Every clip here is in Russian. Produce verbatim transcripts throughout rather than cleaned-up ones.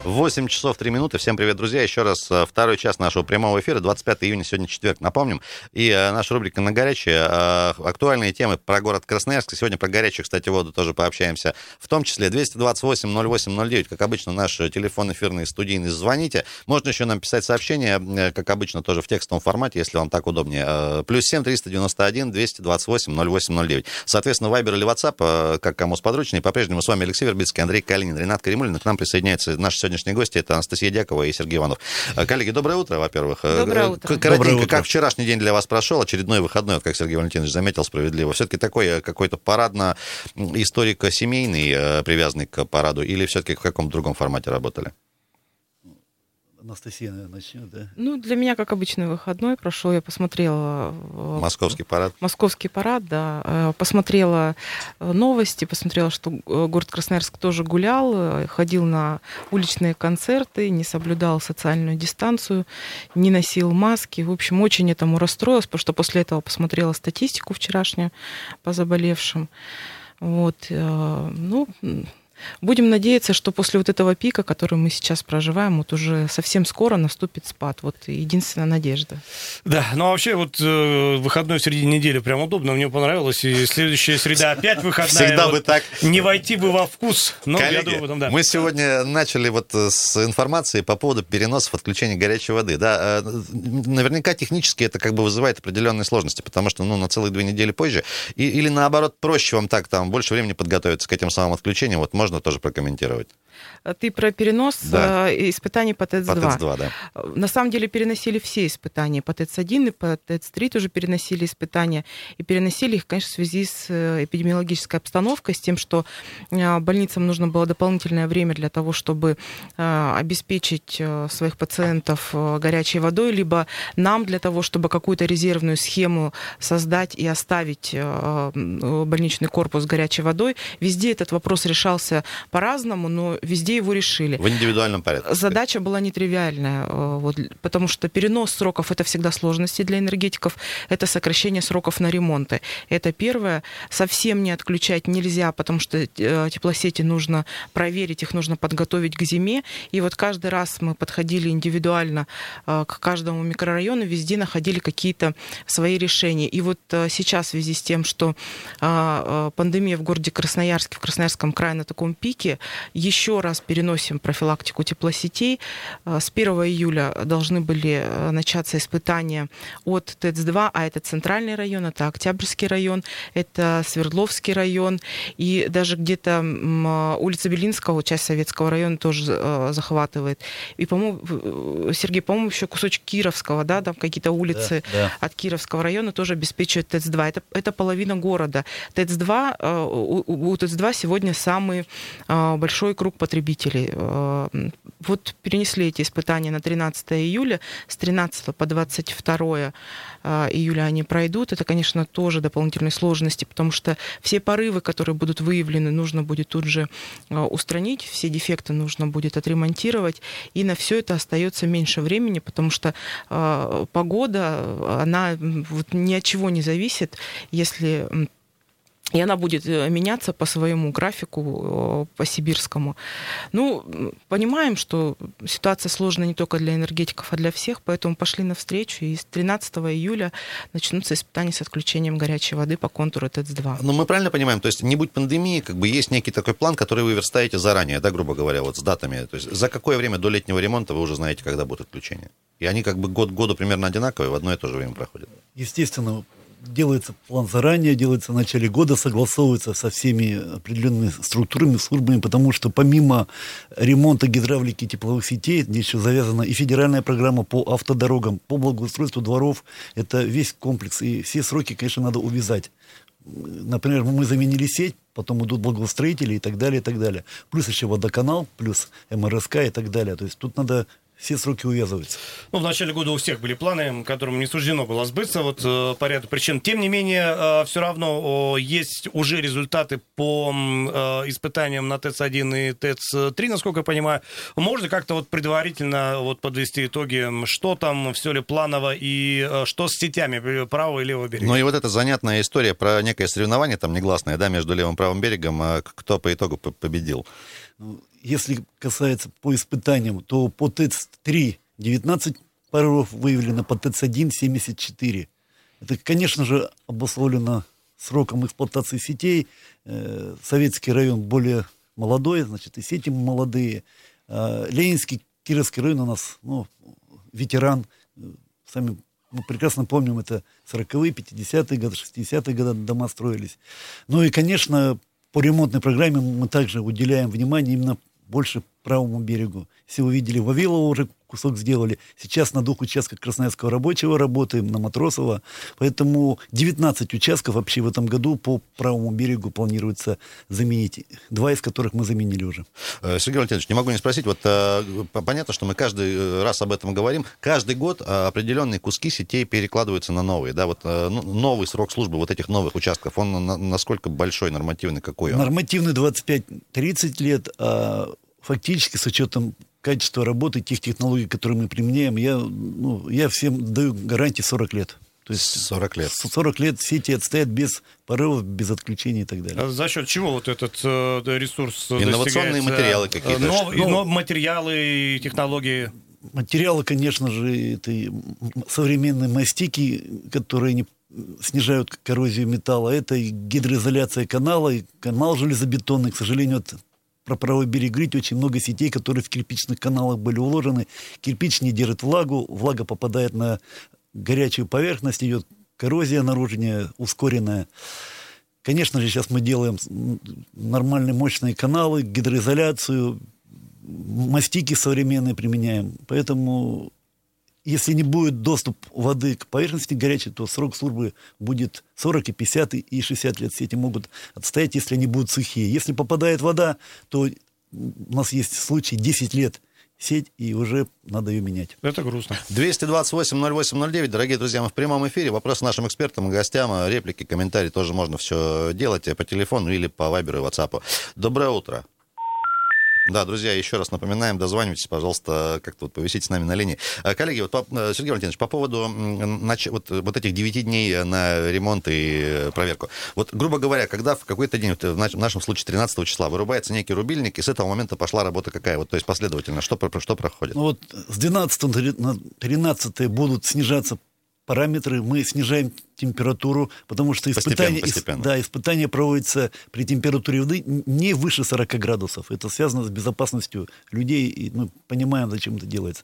восемь часов три минуты. Всем привет, друзья. Еще раз второй час нашего прямого эфира. двадцать пятого июня, сегодня четверг, напомним. И э, наша рубрика «На горячее». Э, актуальные темы про город Красноярск. Сегодня про горячую, кстати, воду тоже пообщаемся. В том числе двести двадцать восемь ноль восемь ноль девять, как обычно, наш телефон эфирный, студийный. Звоните. Можно еще нам писать сообщения, э, как обычно, тоже в текстовом формате, если вам так удобнее. Э, плюс семь триста девяносто один двести двадцать восемь ноль восемь ноль девять. Соответственно, Вайбер или WhatsApp, э, как кому сподручнее. По-прежнему с вами Алексей Вербицкий, Андрей Калинин, Ренат Каримуллин. К нам присоединяется наш сегодняшние гости, это Анастасия Дьякова и Сергей Иванов. Коллеги, доброе утро, во-первых. Доброе утро. Коротенько, доброе утро. Как вчерашний день для вас прошел, очередной выходной, вот как Сергей Валентинович заметил справедливо, все-таки такой какой-то парадно-историко-семейный, привязанный к параду, или все-таки в каком-то другом формате работали? Анастасия, наверное, начнет, да? Ну, для меня, как обычный выходной прошел. Я посмотрела... Московский парад. Московский парад, да. Посмотрела новости, посмотрела, что город Красноярск тоже гулял, ходил на уличные концерты, не соблюдал социальную дистанцию, не носил маски. В общем, очень этому расстроилась, потому что после этого посмотрела статистику вчерашнюю по заболевшим. Вот. Ну... Будем надеяться, что после вот этого пика, который мы сейчас проживаем, вот уже совсем скоро наступит спад. Вот единственная надежда. Да, ну а вообще вот э, выходной в середине недели прям удобно, мне понравилось. И следующая среда опять выходная. Всегда вот, бы так. Не войти бы во вкус. Но коллеги, я думаю, потом, да. Мы сегодня начали вот с информации по поводу переносов отключения горячей воды. Да, наверняка технически это как бы вызывает определенные сложности, потому что ну, на целых две недели позже. И, или наоборот, проще вам так, там больше времени подготовиться к этим самым отключениям. Вот можно тоже прокомментировать. Ты про перенос да. испытаний по ТЭЦ-два. По ТЭЦ-два, да. На самом деле переносили все испытания. По ТЭЦ-один и по ТЭЦ-три тоже переносили испытания. И переносили их, конечно, в связи с эпидемиологической обстановкой, с тем, что больницам нужно было дополнительное время для того, чтобы обеспечить своих пациентов горячей водой, либо нам для того, чтобы какую-то резервную схему создать и оставить больничный корпус с горячей водой. Везде этот вопрос решался по-разному, но везде его решили. В индивидуальном порядке. Задача была нетривиальная, вот, потому что перенос сроков — это всегда сложности для энергетиков, это сокращение сроков на ремонты. Это первое. Совсем не отключать нельзя, потому что теплосети нужно проверить, их нужно подготовить к зиме. И вот каждый раз мы подходили индивидуально к каждому микрорайону, везде находили какие-то свои решения. И вот сейчас в связи с тем, что пандемия в городе Красноярске, в Красноярском крае на таком пике, еще раз переносим профилактику теплосетей. С первого июля должны были начаться испытания от ТЭЦ-два, а это Центральный район, это Октябрьский район, это Свердловский район, и даже где-то улица Белинского, часть Советского района тоже захватывает. И, по-моему, Сергей, по-моему, еще кусочек Кировского, да, там какие-то улицы да, да. от Кировского района тоже обеспечивают ТЭЦ-два. Это, это половина города. ТЭЦ-два, у, у ТЭЦ-два сегодня самый большой круг потребителей. Вот перенесли эти испытания на тринадцатого июля, с тринадцатого по двадцать второе июля они пройдут. Это, конечно, тоже дополнительные сложности, потому что все порывы, которые будут выявлены, нужно будет тут же устранить, все дефекты нужно будет отремонтировать, и на все это остается меньше времени, потому что погода, она вот ни от чего не зависит, если... И она будет меняться по своему графику, по сибирскому. Ну, понимаем, что ситуация сложная не только для энергетиков, а для всех, поэтому пошли навстречу. И с тринадцатого июля начнутся испытания с отключением горячей воды по контуру ТЭЦ-два. Ну, мы правильно понимаем, то есть не будь пандемии, как бы есть некий такой план, который вы верстаете заранее, да, грубо говоря, вот с датами. То есть за какое время до летнего ремонта вы уже знаете, когда будут отключения? И они как бы год к году примерно одинаковые, в одно и то же время проходят. Естественно, делается план заранее, делается в начале года, согласовывается со всеми определенными структурами, службами, потому что помимо ремонта гидравлики тепловых сетей, здесь еще завязана и федеральная программа по автодорогам, по благоустройству дворов. Это весь комплекс, и все сроки, конечно, надо увязать. Например, мы заменили сеть, потом идут благоустроители и так далее, и так далее. Плюс еще водоканал, плюс эм эр эс ка и так далее. То есть тут надо... Все сроки увязываются. Ну, в начале года у всех были планы, которым не суждено было сбыться вот, э, по ряду причин. Тем не менее, э, все равно э, есть уже результаты по э, испытаниям на ТЭЦ-один и ТЭЦ-три, насколько я понимаю. Можно как-то вот предварительно вот подвести итоги, что там, все ли планово и э, что с сетями правого и левого берега? Ну и вот эта занятная история про некое соревнование там негласное, да, между левым и правым берегом, кто по итогу победил. Если касается по испытаниям, то по ТЭЦ три девятнадцать порывов выявлено, по ТЭЦ один семьдесят четыре. Это, конечно же, обусловлено сроком эксплуатации сетей. Э, Советский район более молодой, значит, и сети молодые. Э, Ленинский, Кировский район у нас, ну, ветеран. Сами мы прекрасно помним, это сороковые, пятидесятые годы, шестидесятые годы дома строились. Ну и, конечно, по ремонтной программе мы также уделяем внимание именно больше правому берегу. Если вы видели, Вавилово уже кусок сделали. Сейчас на двух участках Красноярского рабочего работаем, на Матросова. Поэтому девятнадцать участков вообще в этом году по правому берегу планируется заменить. Два из которых мы заменили уже. Сергей Валентинович, не могу не спросить. Вот э, понятно, что мы каждый раз об этом говорим. Каждый год определенные куски сетей перекладываются на новые. Да? Вот, э, новый срок службы вот этих новых участков, он на, насколько большой, нормативный, какой он? Нормативный двадцать пять тридцать лет, а фактически с учетом качества работы, тех технологий, которые мы применяем, я, ну, я всем даю гарантии сорок лет. То есть сорок лет. сорок лет сети отстоят без порывов, без отключений и так далее. А за счет чего вот этот э, ресурс инновационные материалы какие-то? Нов, ну, но, материалы, технологии? Материалы, конечно же, это современные мастики, которые не снижают коррозию металла. Это и гидроизоляция канала, и канал железобетонный. К сожалению, вот про правый берег говорить, очень много сетей, которые в кирпичных каналах были уложены. Кирпич не держит влагу, влага попадает на горячую поверхность, идет коррозия наружная, ускоренная. Конечно же, сейчас мы делаем нормальные мощные каналы, гидроизоляцию, мастики современные применяем. Поэтому, если не будет доступ воды к поверхности горячей, то срок службы будет сорок, и пятьдесят, и шестьдесят лет. Сети могут отстоять, если они будут сухие. Если попадает вода, то у нас есть случай десять лет сеть, и уже надо ее менять. Это грустно. двести двадцать восемь ноль восемь ноль девять, дорогие друзья, мы в прямом эфире. Вопросы нашим экспертам и гостям, реплики, комментарии тоже можно все делать по телефону или по вайберу и ватсапу. Доброе утро. Да, друзья, еще раз напоминаем, дозванивайтесь, пожалуйста, как-то вот повисите с нами на линии. Коллеги, вот, по, Сергей Валентинович, по поводу нач... вот, вот этих девяти дней на ремонт и проверку. Вот, грубо говоря, когда в какой-то день, вот, в нашем случае тринадцатого числа, вырубается некий рубильник, и с этого момента пошла работа какая? Вот, то есть последовательно, что, что проходит? Ну, вот с двенадцатого на тринадцатое будут снижаться параметры, мы снижаем температуру, потому что испытание, постепенно, постепенно. Да, испытание проводится при температуре воды не выше сорока градусов. Это связано с безопасностью людей, и мы понимаем, зачем это делается.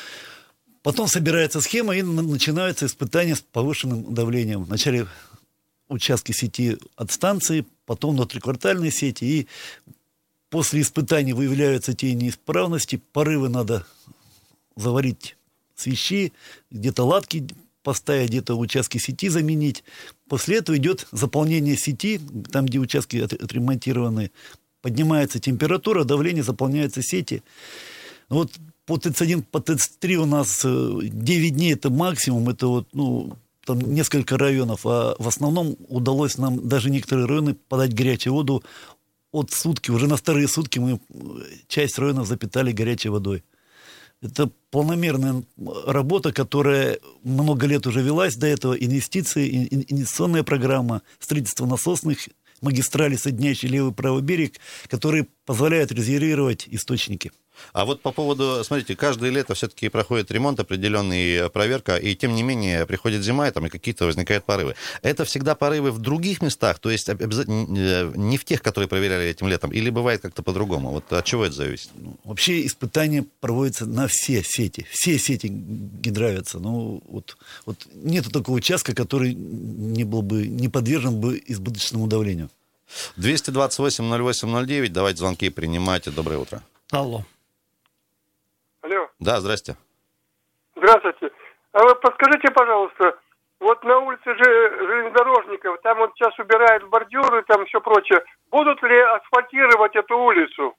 Потом собирается схема, и начинаются испытания с повышенным давлением. Вначале участки сети от станции, потом внутриквартальные сети, и после испытаний выявляются те неисправности, порывы надо заварить свищи, где-то латки поставить, где-то участки сети заменить. После этого идет заполнение сети, там, где участки отремонтированы, поднимается температура, давление, заполняются сети. Вот по ТЭЦ один, по ТЭЦ три у нас девять дней это максимум, это вот, ну, там несколько районов, а в основном удалось нам даже некоторые районы подать горячую воду от сутки. Уже на вторые сутки мы часть районов запитали горячей водой. Это полномерная работа, которая много лет уже велась до этого. Инвестиции, инвестиционная программа, строительство насосных магистралей, соединяющих левый и правый берег, которые позволяют резервировать источники. А вот по поводу, смотрите, каждое лето все-таки проходит ремонт определенный, проверка, и тем не менее приходит зима, и там и какие-то возникают порывы. Это всегда порывы в других местах, то есть обязательно не в тех, которые проверяли этим летом, или бывает как-то по-другому? Вот от чего это зависит? Вообще испытания проводятся на все сети. Все сети гидравятся. Ну, вот, вот нету такого участка, который не был бы, не подвержен бы избыточному давлению. двести двадцать восемь ноль восемь ноль девять, давайте звонки принимать. Доброе утро. Алло. Алло. Да, здрасте. Здравствуйте. А вы подскажите, пожалуйста, вот на улице же железнодорожников, там вот сейчас убирают бордюры, там все прочее. Будут ли асфальтировать эту улицу?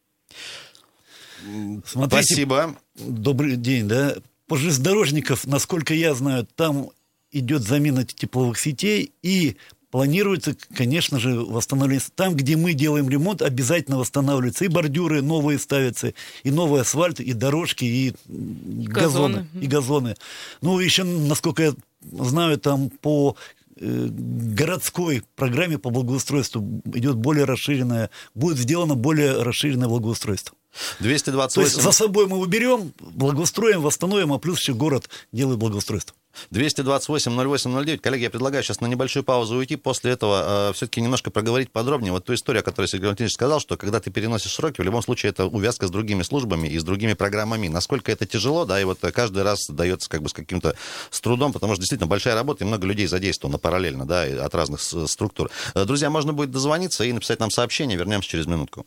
Смотрите, спасибо. Добрый день, да. По железнодорожников, насколько я знаю, там идет замена тепловых сетей, и планируется, конечно же, восстановление. Там, где мы делаем ремонт, обязательно восстанавливаются и бордюры новые ставятся, и новый асфальт, и дорожки, и газоны. газоны. И газоны. Ну, еще, насколько я знаю, там по городской программе по благоустройству идет более расширенное, будет сделано более расширенное благоустройство. двести двадцать восемь... То есть за собой мы уберем, благоустроим, восстановим, а плюс еще город делает благоустройство. двести двадцать восемь ноль восемь ноль девять. Коллеги, я предлагаю сейчас на небольшую паузу уйти, после этого э, все-таки немножко проговорить подробнее вот ту историю, о которой Сергей Валентинович сказал, что когда ты переносишь сроки, в любом случае это увязка с другими службами и с другими программами. Насколько это тяжело, да, и вот каждый раз дается как бы с каким-то с трудом, потому что действительно большая работа, и много людей задействовано параллельно, да, от разных структур. Друзья, можно будет дозвониться и написать нам сообщение, вернемся через минутку.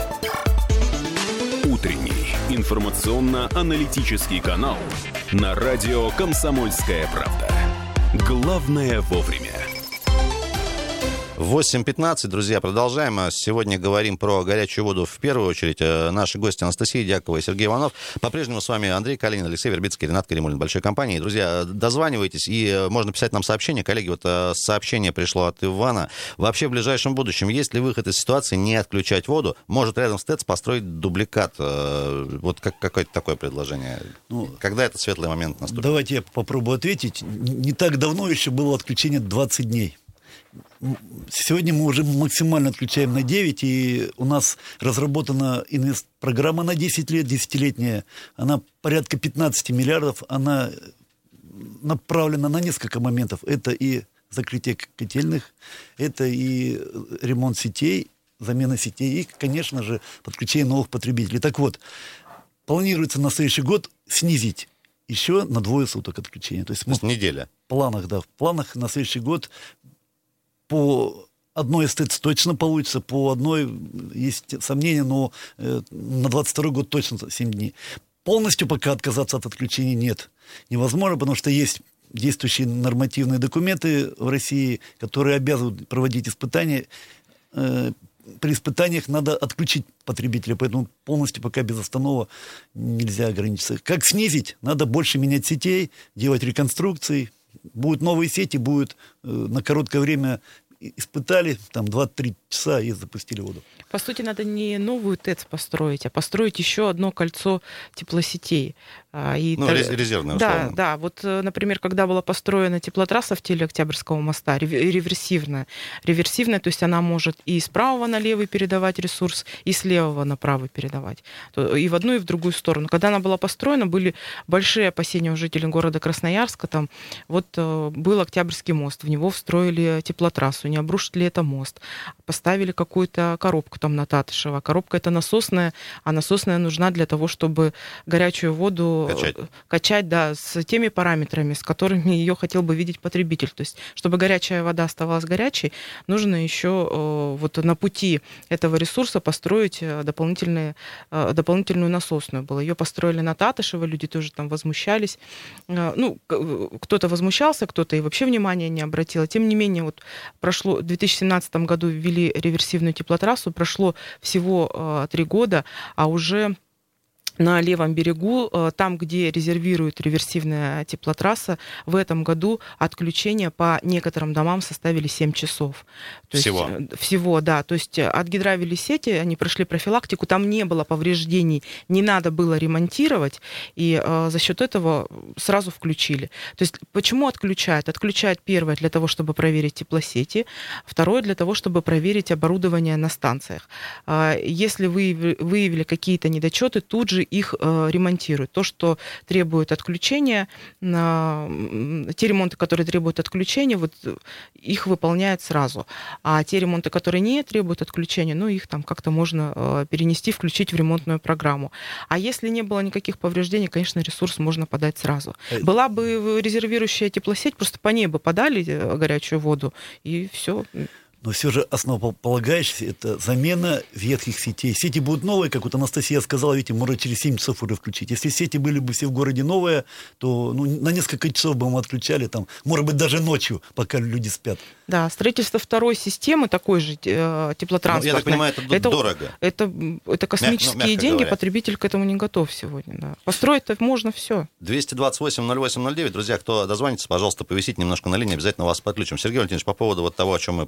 Утренний информационно-аналитический канал на радио «Комсомольская правда». Главное вовремя. восемь пятнадцать, друзья, продолжаем. Сегодня говорим про горячую воду в первую очередь. Наши гости Анастасия Дьякова и Сергей Иванов. По-прежнему с вами Андрей Калинин, Алексей Вербицкий, Ренат Каримуллин, большой компании. Друзья, дозванивайтесь, и можно писать нам сообщения. Коллеги, вот сообщение пришло от Ивана. Вообще в ближайшем будущем есть ли выход из ситуации не отключать воду? Может рядом с ТЭЦ построить дубликат? Вот как, какое-то такое предложение. Ну, когда этот светлый момент наступит? Давайте я попробую ответить. Не так давно еще было отключение двадцать дней. Сегодня мы уже максимально отключаем на девять, и у нас разработана инвест-программа на десять лет, десятилетняя. Она порядка пятнадцать миллиардов, она направлена на несколько моментов. Это и закрытие котельных, это и ремонт сетей, замена сетей, и, конечно же, подключение новых потребителей. Так вот, планируется на следующий год снизить еще на двое суток отключения. То есть, То есть неделя. В планах, да, в планах на следующий год по одной ТЭЦ точно получится, по одной есть сомнения, но э, на двадцать второй год точно семь дней. Полностью пока отказаться от отключения нет. Невозможно, потому что есть действующие нормативные документы в России, которые обязывают проводить испытания. Э, при испытаниях надо отключить потребителя, поэтому полностью пока безостаново нельзя ограничиться. Как снизить? Надо больше менять сетей, делать реконструкции. Будут новые сети, будут э, на короткое время испытали, там два-три часа и запустили воду. По сути, надо не новую ТЭЦ построить, а построить еще одно кольцо теплосетей. И ну, так... резервное, да, условно. да. Вот, например, когда была построена теплотрасса в теле Октябрьского моста, реверсивная. Реверсивная, то есть она может и с правого на левый передавать ресурс, и с левого на правый передавать. И в одну, и в другую сторону. Когда она была построена, были большие опасения у жителей города Красноярска. Там вот был Октябрьский мост, в него встроили теплотрассу. Не обрушит ли это мост? Поставили какую-то коробку там на Татышево. Коробка это насосная, а насосная нужна для того, чтобы горячую воду качать, качать да, с теми параметрами, с которыми ее хотел бы видеть потребитель. То есть, чтобы горячая вода оставалась горячей, нужно еще вот на пути этого ресурса построить дополнительные, дополнительную насосную. Было. Ее построили на Татышево, люди тоже там возмущались. Ну, кто-то возмущался, кто-то и вообще внимания не обратил. Тем не менее, вот прошло в две тысячи семнадцатом году ввели реверсивную теплотрассу, прошло всего три года, а уже на левом берегу, там, где резервирует реверсивная теплотрасса, в этом году отключения по некоторым домам составили семь часов. То всего? Есть, всего, да. То есть отгидравили сети, они прошли профилактику, там не было повреждений, не надо было ремонтировать, и э, за счет этого сразу включили. То есть почему отключают? Отключают, первое, для того, чтобы проверить теплосети, второе, для того, чтобы проверить оборудование на станциях. Если вы выявили какие-то недочеты, тут же их э, ремонтируют. То, что требует отключения, э, те ремонты, которые требуют отключения, вот их выполняют сразу. А те ремонты, которые не требуют отключения, ну, их там как-то можно э, перенести, включить в ремонтную программу. А если не было никаких повреждений, конечно, ресурс можно подать сразу. Была бы резервирующая теплосеть, просто по ней бы подали горячую воду, и все. Но все же основополагающее — это замена ветхих сетей. Сети будут новые, как вот Анастасия сказала, видите, можно через семь часов уже включить. Если сети были бы все в городе новые, то ну, на несколько часов бы мы отключали, там, может быть, даже ночью, пока люди спят. Да, строительство второй системы, такой же э, теплотранспортной. Ну, я так понимаю, это, это дорого. Это, это космические Мяг, ну, деньги, говоря. Потребитель к этому не готов сегодня. Да. Построить-то можно все. двести двадцать восемь ноль восемь ноль девять. Друзья, кто дозвонится, пожалуйста, повисите немножко на линии, обязательно вас подключим. Сергей Валентинович, по поводу вот того, о чем мы проанонсировали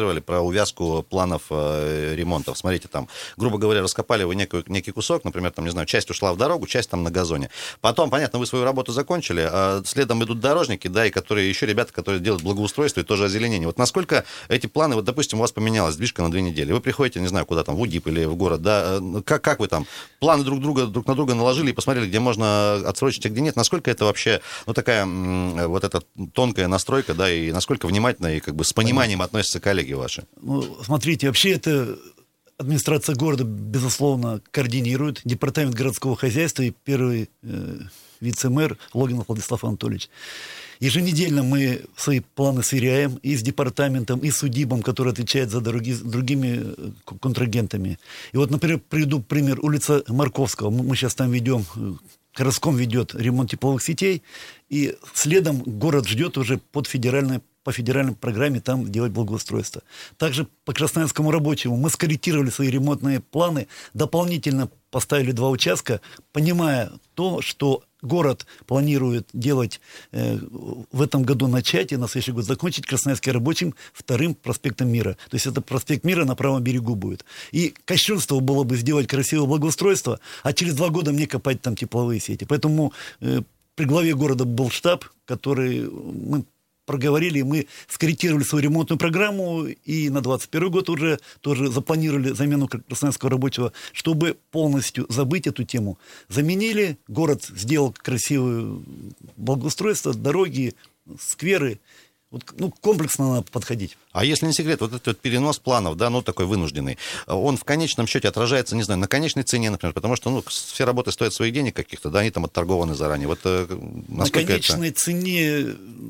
сформулировали про увязку планов э, ремонтов. Смотрите, там, грубо говоря, раскопали вы некий, некий кусок, например, там, не знаю, часть ушла в дорогу, часть там на газоне. Потом, понятно, вы свою работу закончили, а следом идут дорожники, да, и которые еще ребята, которые делают благоустройство и тоже озеленение. Вот насколько эти планы, вот, допустим, у вас поменялась движка на две недели, вы приходите, не знаю, куда там, в УДИП или в город, да, как, как вы там планы друг друга друг на друга наложили и посмотрели, где можно отсрочить, а где нет, насколько это вообще, ну, такая вот эта тонкая настройка, да, и насколько внимательно и как бы с пониманием относятся коллеги ваши? Ну, смотрите, вообще это администрация города, безусловно, координирует, департамент городского хозяйства и первый э, вице-мэр Логинов Владислав Анатольевич. Еженедельно мы свои планы сверяем и с департаментом, и с УДИБом, который отвечает за дороги, с другими контрагентами. И вот, например, приведу пример. Улица Марковского. Мы, мы сейчас там ведем, городском ведет ремонт тепловых сетей, и следом город ждет уже под федеральной, по федеральной программе там делать благоустройство. Также по Красноярскому рабочему мы скорректировали свои ремонтные планы, дополнительно поставили два участка, понимая то, что город планирует делать э, в этом году начать и на следующий год закончить Красноярский рабочим вторым проспектом Мира. То есть это проспект Мира на правом берегу будет. И кощунство было бы сделать красивое благоустройство, а через два года мне копать там тепловые сети. Поэтому э, при главе города был штаб, который мы проговорили, мы скорректировали свою ремонтную программу и на двадцать первый год уже тоже запланировали замену Красноярского рабочего, чтобы полностью забыть эту тему. Заменили, город сделал красивое благоустройство, дороги, скверы. Вот, ну, комплексно надо подходить. А если не секрет, вот этот вот перенос планов, да, ну, такой вынужденный, он в конечном счете отражается, не знаю, на конечной цене, например, потому что, ну, все работы стоят своих денег каких-то, да, они там отторгованы заранее. Вот на конечной это... цене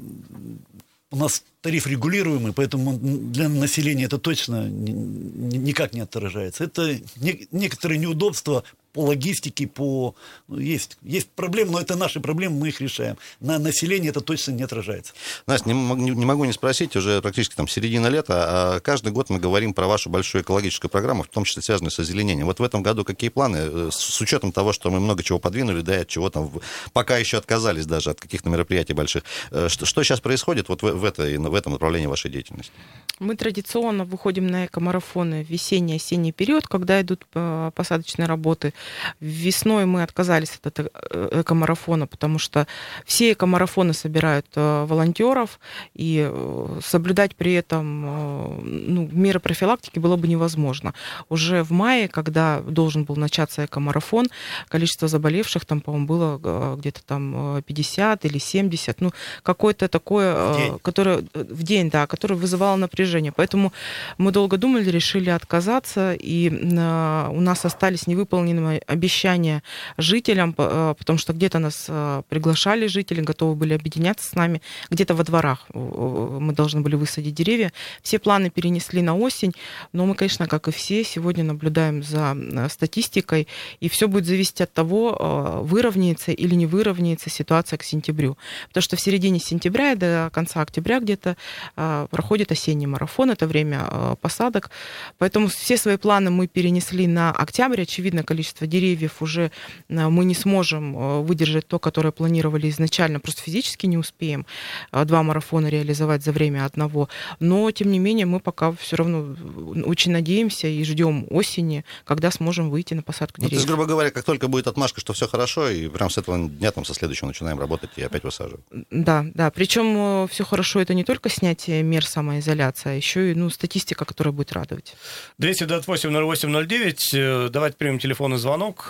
у нас тариф регулируемый, поэтому для населения это точно никак не отражается. Это не, некоторые неудобства по логистике, по... Ну, есть, есть проблемы, но это наши проблемы, мы их решаем. На население это точно не отражается. Настя, не, не, не могу не спросить, уже практически там середина лета, а каждый год мы говорим про вашу большую экологическую программу, в том числе связанную с озеленением. Вот в этом году какие планы, с, с учетом того, что мы много чего подвинули, да, и от чего там пока еще отказались даже от каких-то мероприятий больших. Что, что сейчас происходит вот в, в, этой, в этом направлении вашей деятельности? Мы традиционно выходим на экомарафоны в весенний-осенний период, когда идут посадочные работы. Весной мы отказались от этого экомарафона, потому что все экомарафоны собирают волонтеров, и соблюдать при этом ну, меры профилактики было бы невозможно. Уже в мае, когда должен был начаться экомарафон, количество заболевших там, по-моему, было где-то там пятьдесят или семьдесят, ну, какое-то такое, которое в день, да, которое вызывало напряжение. Поэтому мы долго думали, решили отказаться, и у нас остались невыполненные обещания жителям, потому что где-то нас приглашали жители, готовы были объединяться с нами, где-то во дворах мы должны были высадить деревья. Все планы перенесли на осень, но мы, конечно, как и все, сегодня наблюдаем за статистикой, и все будет зависеть от того, выровняется или не выровняется ситуация к сентябрю. Потому что в середине сентября и до конца октября где-то проходит осенний марафон, это время посадок, поэтому все свои планы мы перенесли на октябрь. Очевидно, количество деревьев уже мы не сможем выдержать то, которое планировали изначально, просто физически не успеем два марафона реализовать за время одного, но, тем не менее, мы пока все равно очень надеемся и ждем осени, когда сможем выйти на посадку деревьев. Ну, то есть, грубо говоря, как только будет отмашка, что все хорошо, и прям с этого дня, там, со следующего начинаем работать и опять высаживать. Да, да, причем все хорошо, это не только снятие мер самоизоляции, а еще и ну, статистика, которая будет радовать. двести двадцать восемь ноль восемь ноль девять, давайте примем телефонный звонок.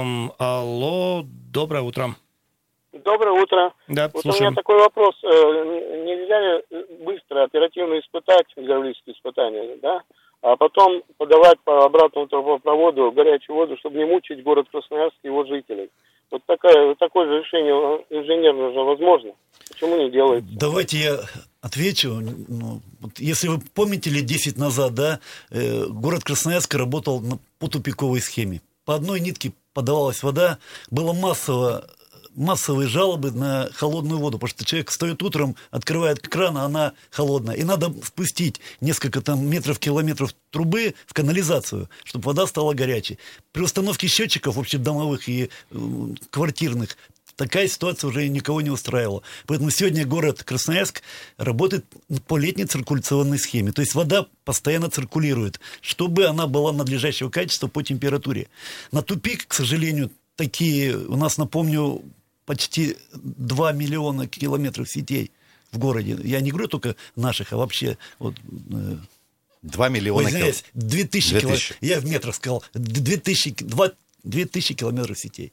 Алло, доброе утро. Доброе утро. Да, вот слушаем. У меня такой вопрос. Нельзя ли быстро, оперативно испытать гидравлические испытания, да? А потом подавать по обратному трубопроводу горячую воду, чтобы не мучить город Красноярск и его жителей? Вот такое, такое же решение инженерное же возможно. Почему не делается? Давайте я отвечу. Ну, вот если вы помните, лет десять назад, да, э, город Красноярск работал на, по тупиковой схеме. По одной нитке подавалась вода, было массово массовые жалобы на холодную воду, потому что человек встает утром, открывает кран, а она холодная. И надо спустить несколько там метров, километров трубы в канализацию, чтобы вода стала горячей. При установке счетчиков общедомовых и э, квартирных такая ситуация уже никого не устраивала. Поэтому сегодня город Красноярск работает по летней циркуляционной схеме. То есть вода постоянно циркулирует, чтобы она была надлежащего качества по температуре. На тупик, к сожалению, такие, у нас, напомню, почти два миллиона километров сетей в городе. Я не говорю только наших, а вообще... Вот, э, два миллиона километров. две тысячи километров. Я в метрах сказал. две тысячи, две тысячи километров сетей.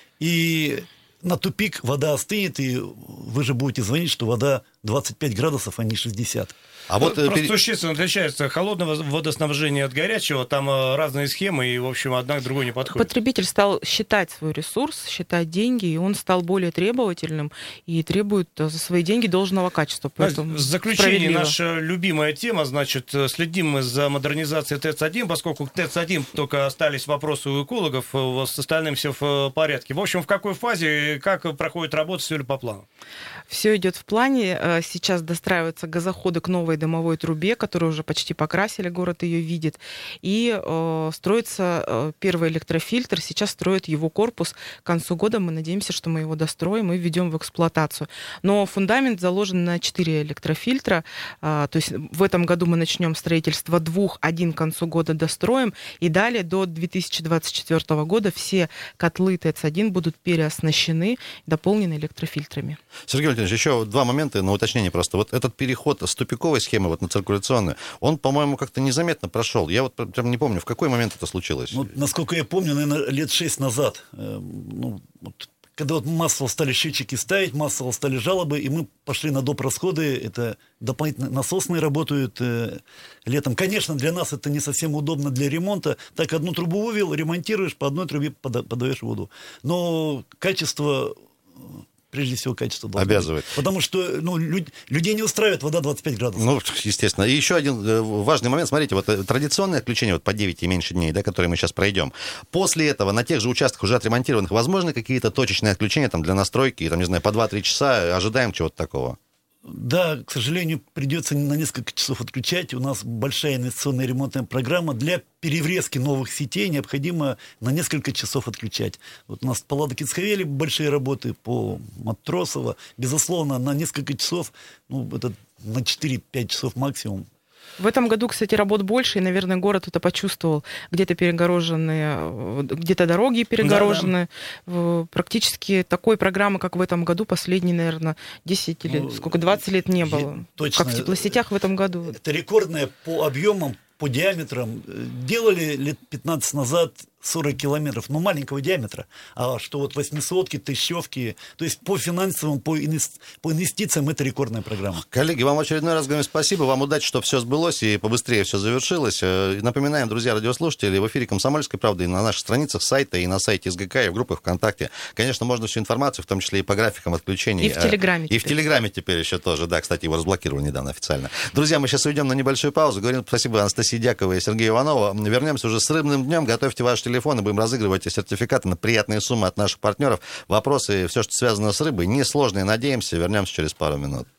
И на тупик вода остынет, и вы же будете звонить, что вода двадцать пять градусов, а не шестьдесят. А вот просто пере... существенно отличается холодное водоснабжение от горячего, там разные схемы, и, в общем, одна к другой не подходит. Потребитель стал считать свой ресурс, считать деньги, и он стал более требовательным и требует за свои деньги должного качества. Поэтому в заключение наша любимая тема, значит, следим мы за модернизацией ТЭЦ один, поскольку к ТЭЦ один только остались вопросы у экологов, с остальным все в порядке. В общем, в какой фазе, как проходит работа, все ли по плану? Все идет в плане. Сейчас достраиваются газоходы к новой дымовой трубе, которую уже почти покрасили, город ее видит. И э, строится э, первый электрофильтр. Сейчас строят его корпус. К концу года мы надеемся, что мы его достроим и введем в эксплуатацию. Но фундамент заложен на четыре электрофильтра. Э, то есть в этом году мы начнем строительство двух, один к концу года достроим. И далее до две тысячи двадцать четвёртого года все котлы ТЭЦ один будут переоснащены, дополнены электрофильтрами. Сергей Валентинович, еще два момента на уточнение просто. Вот этот переход с тупиковой схемы вот на циркуляционную, он, по-моему, как-то незаметно прошел. Я вот прям не помню, в какой момент это случилось. Ну, насколько я помню, наверное, лет шесть назад. Э, ну, вот, когда вот массово стали счетчики ставить, массово стали жалобы, и мы пошли на доп. Расходы. Это дополнительно насосные работают э, летом. Конечно, для нас это не совсем удобно для ремонта. Так одну трубу вывел, ремонтируешь, по одной трубе пода- подаешь воду. Но качество... Прежде всего, качество должно обязывает. Быть. Потому что ну, люд, людей не устраивает вода двадцать пять градусов. Ну, естественно. И еще один важный момент. Смотрите, вот традиционное отключение вот по девять и меньше дней, да, которые мы сейчас пройдем. После этого на тех же участках уже отремонтированных возможны какие-то точечные отключения там, для настройки, там, не знаю, по два-три часа? Ожидаем чего-то такого? Да, к сожалению, придется на несколько часов отключать. У нас большая инвестиционная ремонтная программа. Для переврезки новых сетей необходимо на несколько часов отключать. Вот у нас по Ладокицховели большие работы, по Матросово. Безусловно, на несколько часов, ну, это на четыре-пять часов максимум. В этом году, кстати, работ больше, и, наверное, город это почувствовал. Где-то перегорожены, где-то дороги перегорожены. Да, да. Практически такой программы, как в этом году, последние, наверное, десять или ну, сколько, двадцать лет не было. Точно. Как в теплосетях в этом году. Это рекордное по объемам, по диаметрам. Делали лет пятнадцать назад сорок километров, но маленького диаметра. А что вот восьмисотки, тысячевки, то есть по финансовым, по, инвести... по инвестициям это рекордная программа. Коллеги, вам в очередной раз говорим спасибо, вам удачи, чтобы все сбылось и побыстрее все завершилось. Напоминаем, друзья радиослушатели, в эфире «Комсомольской правды» и на наших страницах сайта, и на сайте СГК, и в группах ВКонтакте. Конечно, можно всю информацию, в том числе и по графикам отключений. И в Телеграме. И в Телеграме теперь еще тоже, да, кстати, его разблокировали недавно официально. Друзья, мы сейчас уйдем на небольшую паузу. Говорим спасибо Анастасии Дьяковой и Сергею Иванову. Вернемся уже с рыбным днем. Готовьте ваши телефоны, будем разыгрывать сертификаты на приятные суммы от наших партнеров. Вопросы, все, что связано с рыбой, несложные, надеемся. Вернемся через пару минут.